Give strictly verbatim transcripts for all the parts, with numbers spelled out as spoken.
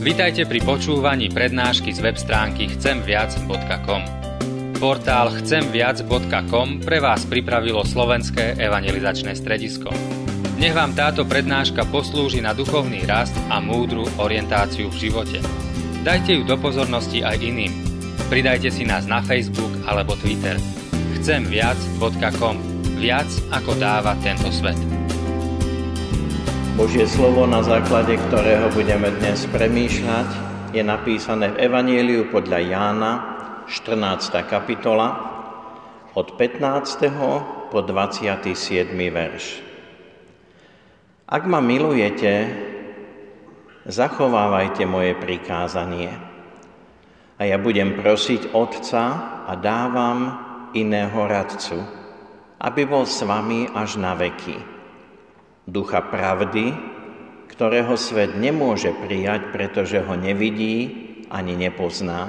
Vitajte pri počúvaní prednášky z web stránky chcem viac bodka com. Portál chcem viac bodka com pre vás pripravilo Slovenské evangelizačné stredisko. Nech vám táto prednáška poslúži na duchovný rast a múdru orientáciu v živote. Dajte ju do pozornosti aj iným. Pridajte si nás na Facebook alebo Twitter. chcem viac bodka com. Viac ako dáva tento svet. Božie slovo, na základe ktorého budeme dnes premýšľať, je napísané v Evanjeliu podľa Jána, štrnásta kapitola, od pätnásteho po dvadsiaty siedmy verš. Ak ma milujete, zachovávajte moje prikázanie. A ja budem prosiť Otca a dávam iného radcu, aby bol s vami až na veky. Ducha pravdy, ktorého svet nemôže prijať, pretože ho nevidí ani nepozná.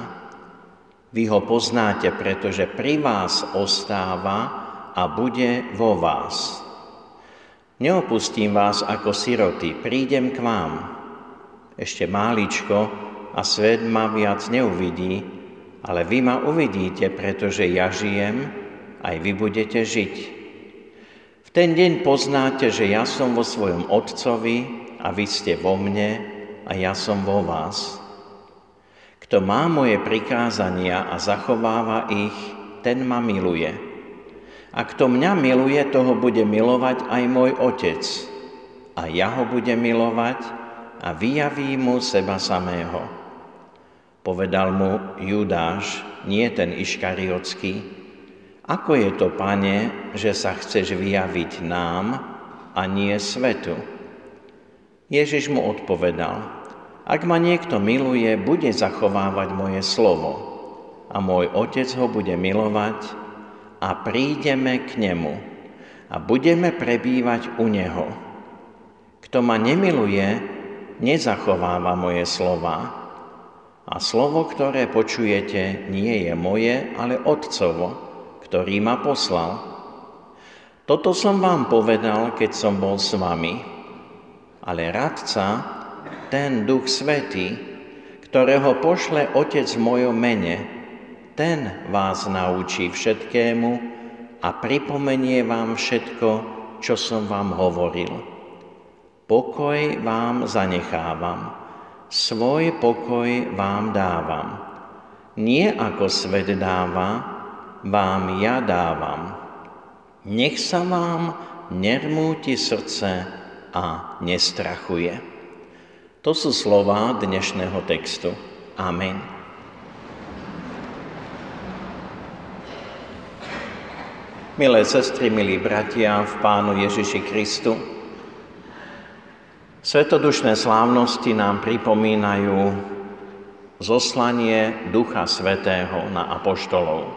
Vy ho poznáte, pretože pri vás ostáva a bude vo vás. Neopustím vás ako siroty, prídem k vám. Ešte máličko a svet ma viac neuvidí, ale vy ma uvidíte, pretože ja žijem, aj vy budete žiť. V ten deň poznáte, že ja som vo svojom Otcovi a vy ste vo mne a ja som vo vás. Kto má moje prikázania a zachováva ich, ten ma miluje. A kto mňa miluje, toho bude milovať aj môj Otec. A ja ho budem milovať a vyjavím mu seba samého. Povedal mu Judáš, nie ten Iškariotský: Ako je to, Pane, že sa chceš vyjaviť nám a nie svetu? Ježiš mu odpovedal: Ak ma niekto miluje, bude zachovávať moje slovo a môj Otec ho bude milovať a prídeme k nemu a budeme prebývať u neho. Kto ma nemiluje, nezachováva moje slova. A slovo, ktoré počujete, nie je moje, ale Otcovo, ktorý ma poslal. Toto som vám povedal, keď som bol s vami. Ale radca, ten Duch Svätý, ktorého pošle Otec v mojom mene, ten vás naučí všetkému a pripomenie vám všetko, čo som vám hovoril. Pokoj vám zanechávam, svoj pokoj vám dávam. Nie ako svet dáva, vám ja dávam. Nech sa vám nermúti srdce a nestrachuje. To sú slová dnešného textu. Amen. Milé sestry, milí bratia v Pánu Ježiši Kristu, svetodušné slávnosti nám pripomínajú zoslanie Ducha Svätého na apoštolov.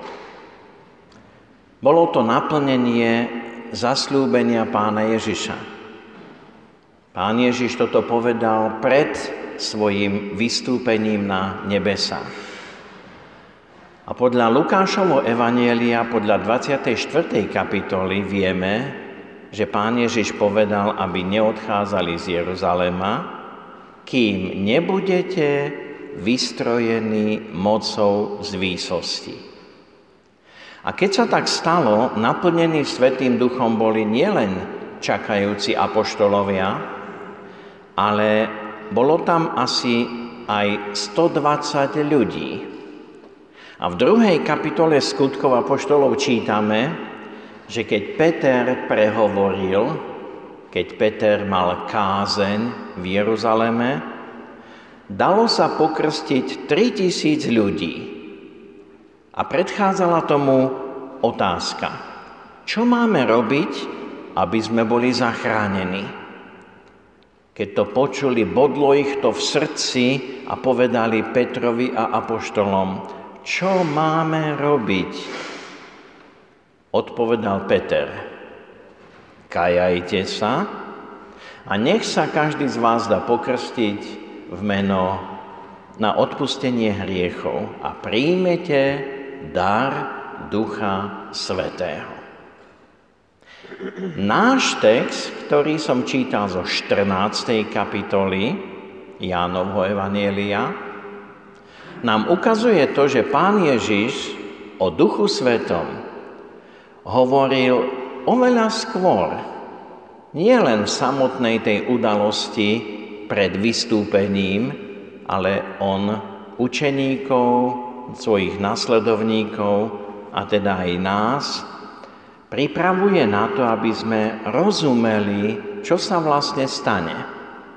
Bolo to naplnenie zasľúbenia Pána Ježiša. Pán Ježiš toto povedal pred svojim vystúpením na nebesá. A podľa Lukášovho evanjelia, podľa dvadsiatej štvrtej kapitoly vieme, že Pán Ježiš povedal, aby neodchádzali z Jeruzalema, kým nebudete vystrojení mocou z výsosti. A keď sa tak stalo, naplnení Svätým Duchom boli nielen čakajúci apoštolovia, ale bolo tam asi aj stodvadsať ľudí. A v druhej kapitole Skutkov apoštolov čítame, že keď Peter prehovoril, keď Peter mal kázeň v Jeruzaleme, dalo sa pokrstiť tritisíc ľudí. A predchádzala tomu otázka: čo máme robiť, aby sme boli zachránení? Keď to počuli, bodlo ich to v srdci a povedali Petrovi a apoštolom: čo máme robiť? Odpovedal Peter: kajajte sa a nech sa každý z vás dá pokrstiť v meno na odpustenie hriechov a príjmete dar Ducha Svätého. Náš text, ktorý som čítal zo štrnástej kapitoly, Jánovho evanjelia, nám ukazuje to, že Pán Ježiš o Duchu Svetom hovoril oveľa skôr, nie len v samotnej tej udalosti pred vystúpením, ale on učeníkov, svojich nasledovníkov, a teda aj nás, pripravuje na to, aby sme rozumeli, čo sa vlastne stane.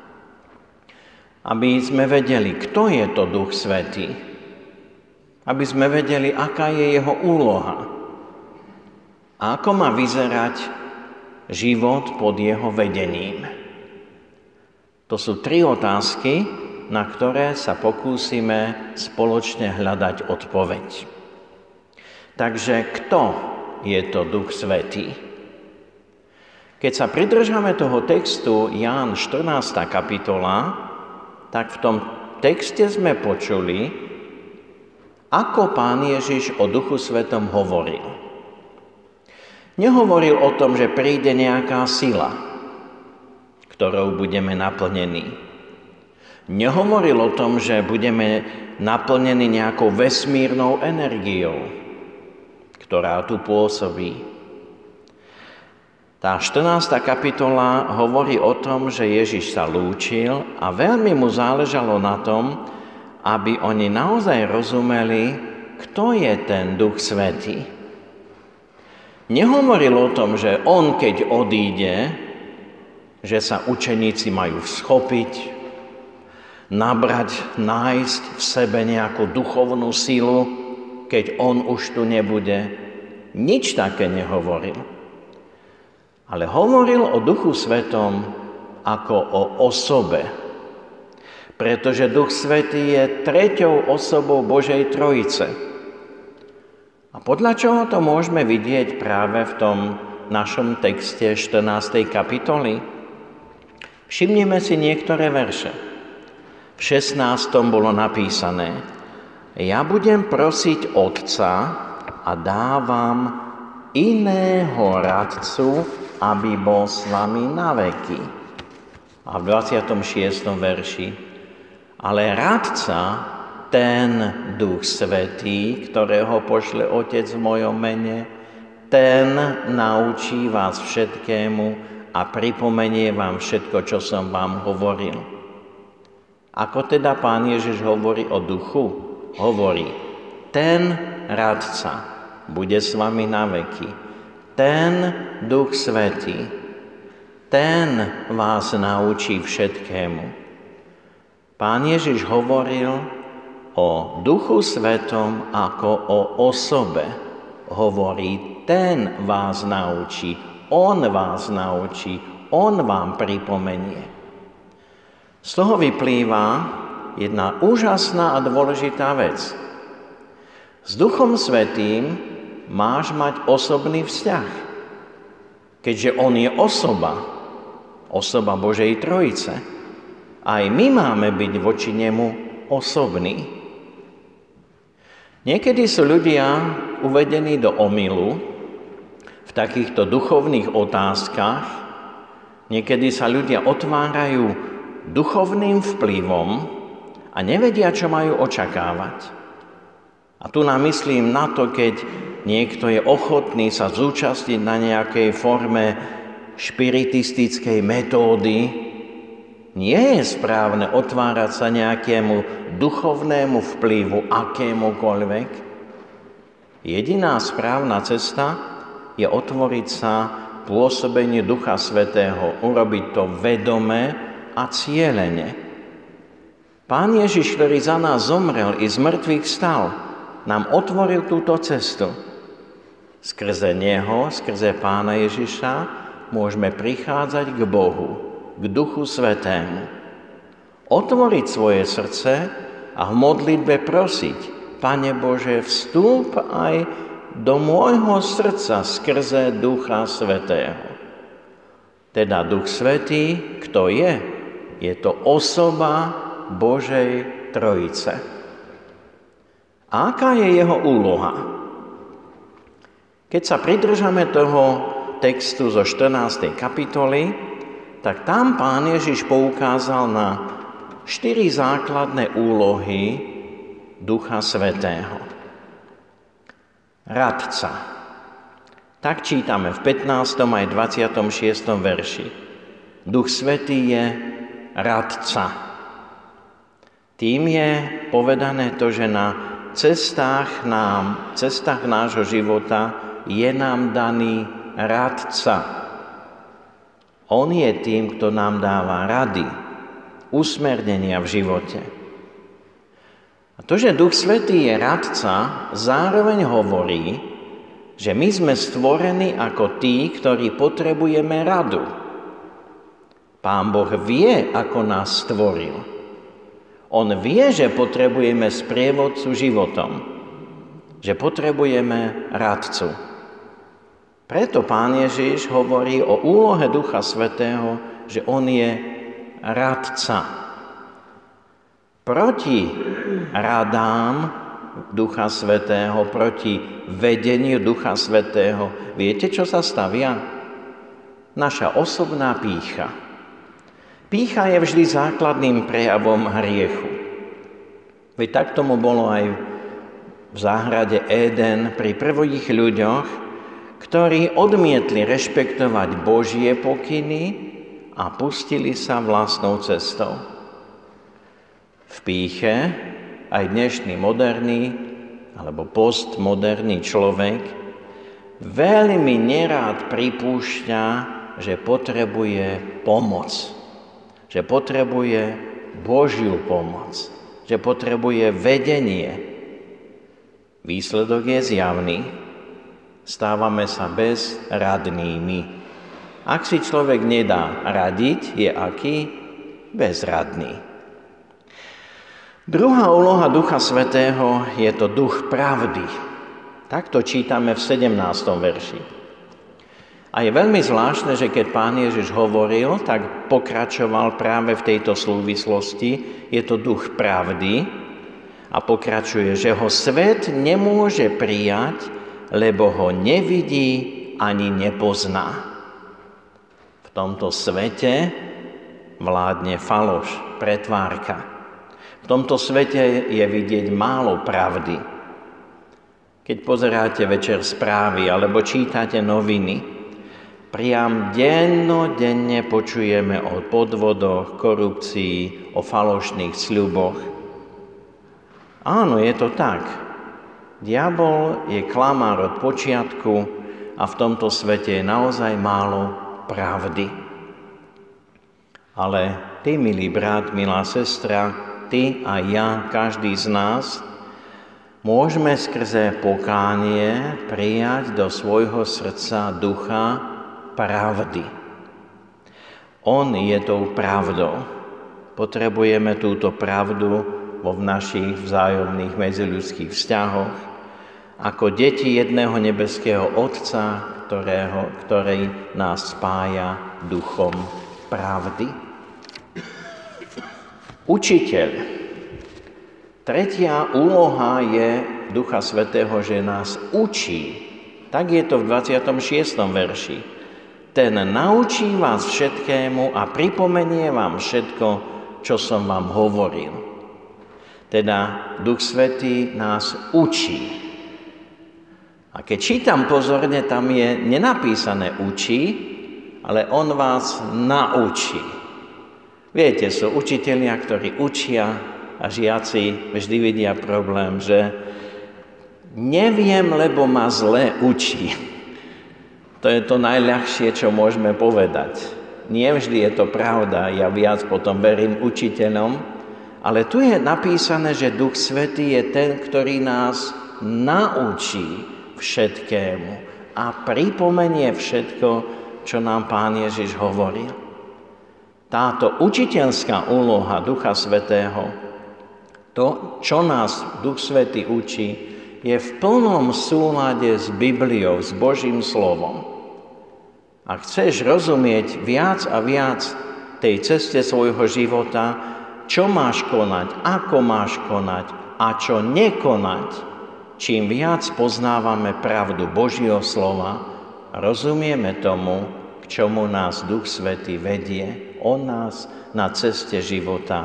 Aby sme vedeli, kto je to Duch Svätý. Aby sme vedeli, aká je jeho úloha. A ako má vyzerať život pod jeho vedením. To sú tri otázky, na ktoré sa pokúsime spoločne hľadať odpoveď. Takže kto je to Duch Svätý? Keď sa pridržame toho textu Ján štrnásta kapitola, tak v tom texte sme počuli, ako Pán Ježiš o Duchu Svätom hovoril. Nehovoril o tom, že príde nejaká sila, ktorou budeme naplnení. Nehovoril o tom, že budeme naplnení nejakou vesmírnou energiou, ktorá tu pôsobí. Tá štrnásta kapitola hovorí o tom, že Ježiš sa lúčil a veľmi mu záležalo na tom, aby oni naozaj rozumeli, kto je ten Duch Svätý. Nehovoril o tom, že on, keď odíde, že sa učeníci majú schopiť, nabrať, nájsť v sebe nejakú duchovnú silu, keď on už tu nebude. Nič také nehovoril. Ale hovoril o Duchu Svätom ako o osobe. Pretože Duch Svätý je treťou osobou Božej Trojice. A podľa čoho to môžeme vidieť práve v tom našom texte štrnástej kapitoly? Všimnime si niektoré verše. V šestnástom bolo napísané: Ja budem prosiť Otca a dávam iného radcu, aby bol s vami na veky. A v dvadsiatom šiestom verši: Ale radca, ten Duch Svätý, ktorého pošle Otec v mojom mene, ten naučí vás všetkému a pripomenie vám všetko, čo som vám hovoril. Ako teda Pán Ježiš hovorí o duchu? Hovorí: ten radca bude s vami na veky. Ten Duch Svätý, ten vás naučí všetkému. Pán Ježiš hovoril o Duchu Svätom ako o osobe. Hovorí, ten vás naučí, on vás naučí, on vám pripomenie. Z toho vyplýva jedna úžasná a dôležitá vec. S Duchom Svätým máš mať osobný vzťah. Keďže on je osoba, osoba Božej Trojice, aj my máme byť voči nemu osobní. Niekedy sú ľudia uvedení do omylu v takýchto duchovných otázkach. Niekedy sa ľudia otvárajú duchovným vplyvom a nevedia, čo majú očakávať. A tu nám myslím na to, keď niekto je ochotný sa zúčastniť na nejakej forme špiritistickej metódy, nie je správne otvárať sa nejakému duchovnému vplyvu, akémukoľvek. Jediná správna cesta je otvoriť sa pôsobeniu Ducha Svätého, urobiť to vedome a cielene. Pán Ježiš, ktorý za nás zomrel i z mŕtvych stal, nám otvoril túto cestu. Skrze Neho, skrze Pána Ježiša, môžeme prichádzať k Bohu, k Duchu Svätému. Otvoriť svoje srdce a v modlitbe prosiť: Pane Bože, vstúp aj do môjho srdca skrze Ducha Svätého. Teda Duch Svätý, kto je? Je to osoba Božej Trojice. A aká je jeho úloha? Keď sa pridržame toho textu zo štrnástej kapitoly, tak tam Pán Ježiš poukázal na štyri základné úlohy Ducha Svätého. Radca. Tak čítame v pätnástom aj dvadsiatom šiestom verši. Duch Svätý je radca. Tým je povedané to, že na cestách, nám, cestách nášho života je nám daný radca. On je tým, kto nám dáva rady, usmernenia v živote. A to, že Duch Svätý je radca, zároveň hovorí, že my sme stvorení ako tí, ktorí potrebujeme radu. Pán Boh vie, ako nás stvoril. On vie, že potrebujeme sprievodcu životom, že potrebujeme radcu. Preto Pán Ježiš hovorí o úlohe Ducha Svätého, že on je radca. Proti radám Ducha Svätého, proti vedeniu Ducha Svätého, viete, čo sa stavia? Naša osobná pýcha. Pýcha je vždy základným prejavom hriechu. Veď tak tomu bolo aj v záhrade Éden pri prvých ľuďoch, ktorí odmietli rešpektovať Božie pokyny a pustili sa vlastnou cestou. V pýche aj dnešný moderný alebo postmoderný človek veľmi nerád pripúšťa, že potrebuje pomoc, že potrebuje Božiu pomoc, že potrebuje vedenie. Výsledok je zjavný. Stávame sa bezradnými. Ak si človek nedá radiť, je aký? Bezradný. Druhá úloha Ducha Svätého je to duch pravdy. Takto čítame v sedemnástom verši. A je veľmi zvláštne, že keď Pán Ježiš hovoril, tak pokračoval práve v tejto súvislosti. Je to duch pravdy a pokračuje, že ho svet nemôže prijať, lebo ho nevidí ani nepozná. V tomto svete vládne faloš, pretvárka. V tomto svete je vidieť málo pravdy. Keď pozeráte večer správy alebo čítate noviny, priam dennodenne počujeme o podvodoch, korupcii, o falošných sľuboch. Áno, je to tak. Diabol je klamár od počiatku a v tomto svete je naozaj málo pravdy. Ale ty, milý brat, milá sestra, ty a ja, každý z nás, môžeme skrze pokánie prijať do svojho srdca ducha pravdy. On je tou pravdou. Potrebujeme túto pravdu vo našich vzájomných medziľudských vzťahoch, ako deti jedného nebeského Otca, ktorého, ktorý nás spája duchom pravdy. Učiteľ. Tretia úloha je Ducha Svätého, že nás učí. Tak je to v dvadsiatom šiestom verši. Ten naučí vás všetkému a pripomenie vám všetko, čo som vám hovoril. Teda Duch Svätý nás učí. A keď čítam pozorne, tam je nenapísané učí, ale on vás naučí. Viete, sú učitelia, ktorí učia a žiaci vždy vidia problém, že neviem, lebo ma zle učí. To je to najľahšie, čo môžeme povedať. Nie vždy je to pravda, ja viac potom verím učiteľom, ale tu je napísané, že Duch Svätý je ten, ktorý nás naučí všetkému a pripomenie všetko, čo nám Pán Ježiš hovoril. Táto učiteľská úloha Ducha Svätého, to, čo nás Duch Svätý učí, je v plnom súlade s Bibliou, s Božím slovom. Ak chceš rozumieť viac a viac tej ceste svojho života, čo máš konať, ako máš konať a čo nekonať, čím viac poznávame pravdu Božieho slova, rozumieme tomu, k čomu nás Duch Svätý vedie. On nás na ceste života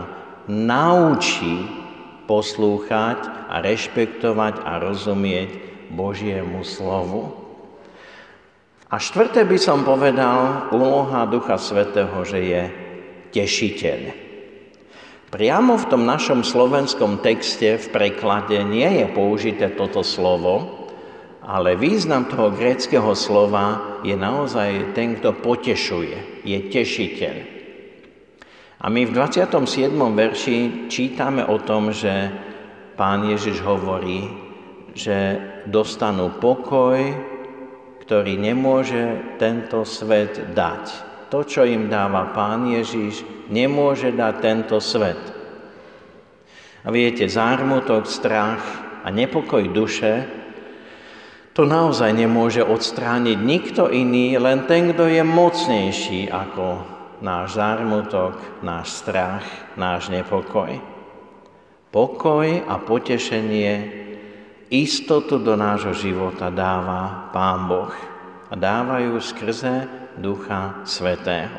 naučí poslúchať a rešpektovať a rozumieť Božiemu slovu. A štvrté by som povedal, úloha Ducha Svätého, že je tešiteľ. Priamo v tom našom slovenskom texte v preklade nie je použité toto slovo, ale význam toho gréckeho slova je naozaj ten, kto potešuje, je tešiteľ. A my v dvadsiatom siedmom verši čítame o tom, že Pán Ježiš hovorí, že dostanú pokoj, ktorý nemôže tento svet dať. To, čo im dáva Pán Ježiš, nemôže dať tento svet. A viete, zármutok, strach a nepokoj duše, to naozaj nemôže odstrániť nikto iný, len ten, kto je mocnejší ako náš zármutok, náš strach, náš nepokoj. Pokoj a potešenie, istotu do nášho života dáva Pán Boh. A dávajú skrze Ducha Svätého.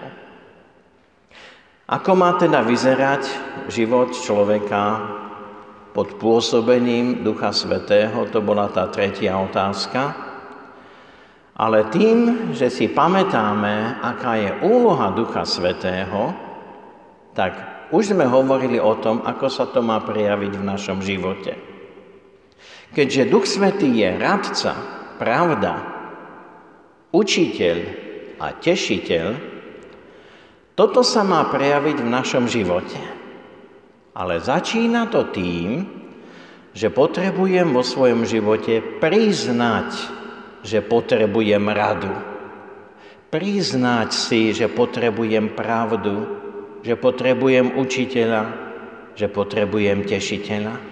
Ako má teda vyzerať život človeka pod pôsobením Ducha Svätého? To bola tá tretia otázka. Ale tým, že si pamätáme, aká je úloha Ducha Svätého, tak už sme hovorili o tom, ako sa to má prejaviť v našom živote. Keďže Duch Svätý je radca, pravda, učiteľ a tešiteľ, toto sa má prejaviť v našom živote. Ale začína to tým, že potrebujem vo svojom živote priznať, že potrebujem radu. Priznať si, že potrebujem pravdu, že potrebujem učiteľa, že potrebujem tešiteľa.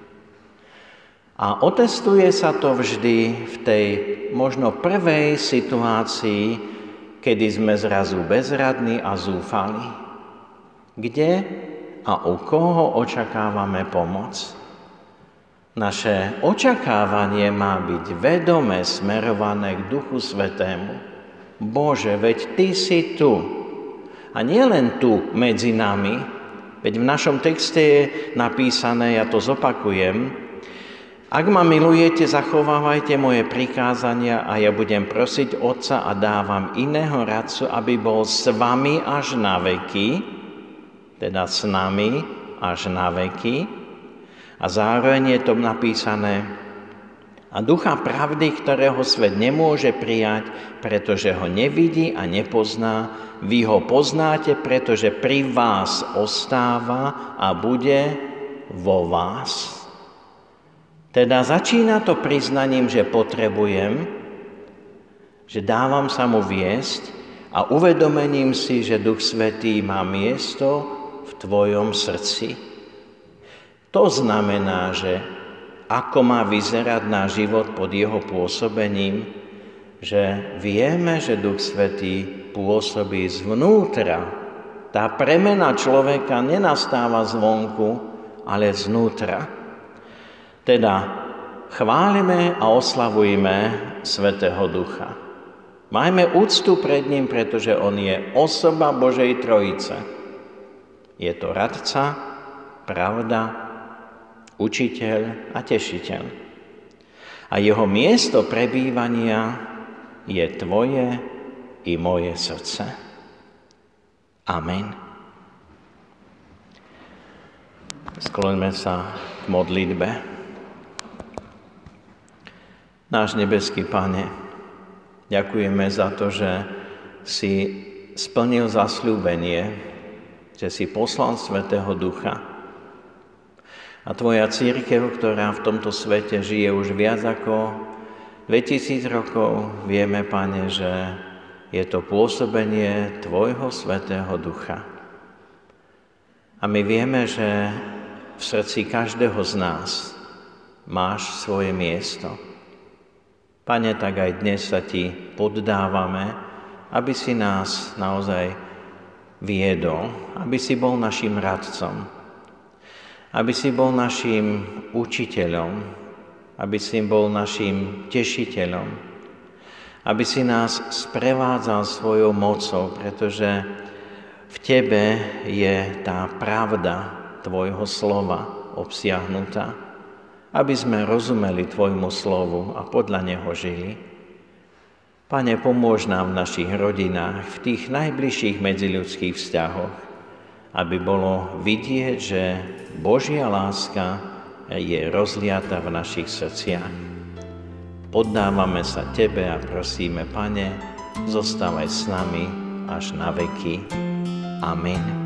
A otestuje sa to vždy v tej možno prvej situácii, kedy sme zrazu bezradní a zúfali. Kde a u koho očakávame pomoc? Naše očakávanie má byť vedome smerované k Duchu Svätému. Bože, veď Ty si tu. A nie len tu medzi nami, veď v našom texte je napísané, ja to zopakujem, ak ma milujete, zachovávajte moje prikázania a ja budem prosiť Otca a dávam iného radcu, aby bol s vami až na veky, teda s nami až na veky. A zároveň je to napísané, a Ducha pravdy, ktorého svet nemôže prijať, pretože ho nevidí a nepozná, vy ho poznáte, pretože pri vás ostáva a bude vo vás. Teda začína to priznaním, že potrebujem, že dávam sa mu viesť a uvedomením si, že Duch Svätý má miesto v tvojom srdci. To znamená, že ako má vyzerať náš život pod jeho pôsobením, že vieme, že Duch Svätý pôsobí zvnútra. Tá premena človeka nenastáva zvonku, ale znútra. Teda chválime a oslavujme Svätého Ducha. Majme úctu pred ním, pretože on je osoba Božej Trojice. Je to radca, pravda, učiteľ a tešiteľ. A jeho miesto prebývania je tvoje i moje srdce. Amen. Skloňme sa k modlitbe. Náš nebeský Pane, ďakujeme za to, že si splnil zasľúbenie, že si poslal Svätého Ducha. A tvoja cirkev, ktorá v tomto svete žije už viac ako dvetisíc rokov, vieme, Pane, že je to pôsobenie tvojho Svätého Ducha. A my vieme, že v srdci každého z nás máš svoje miesto. Pane, tak aj dnes sa ti poddávame, aby si nás naozaj viedol, aby si bol našim radcom, aby si bol našim učiteľom, aby si bol našim tešiteľom, aby si nás sprevádzal svojou mocou, pretože v tebe je tá pravda, Tvojho slova obsiahnutá, aby sme rozumeli Tvojmu slovu a podľa neho žili. Pane, pomôž nám v našich rodinách, v tých najbližších medziľudských vzťahoch, aby bolo vidieť, že Božia láska je rozliata v našich srdciach. Poddávame sa Tebe a prosíme, Pane, zostávaj s nami až na veky. Amen.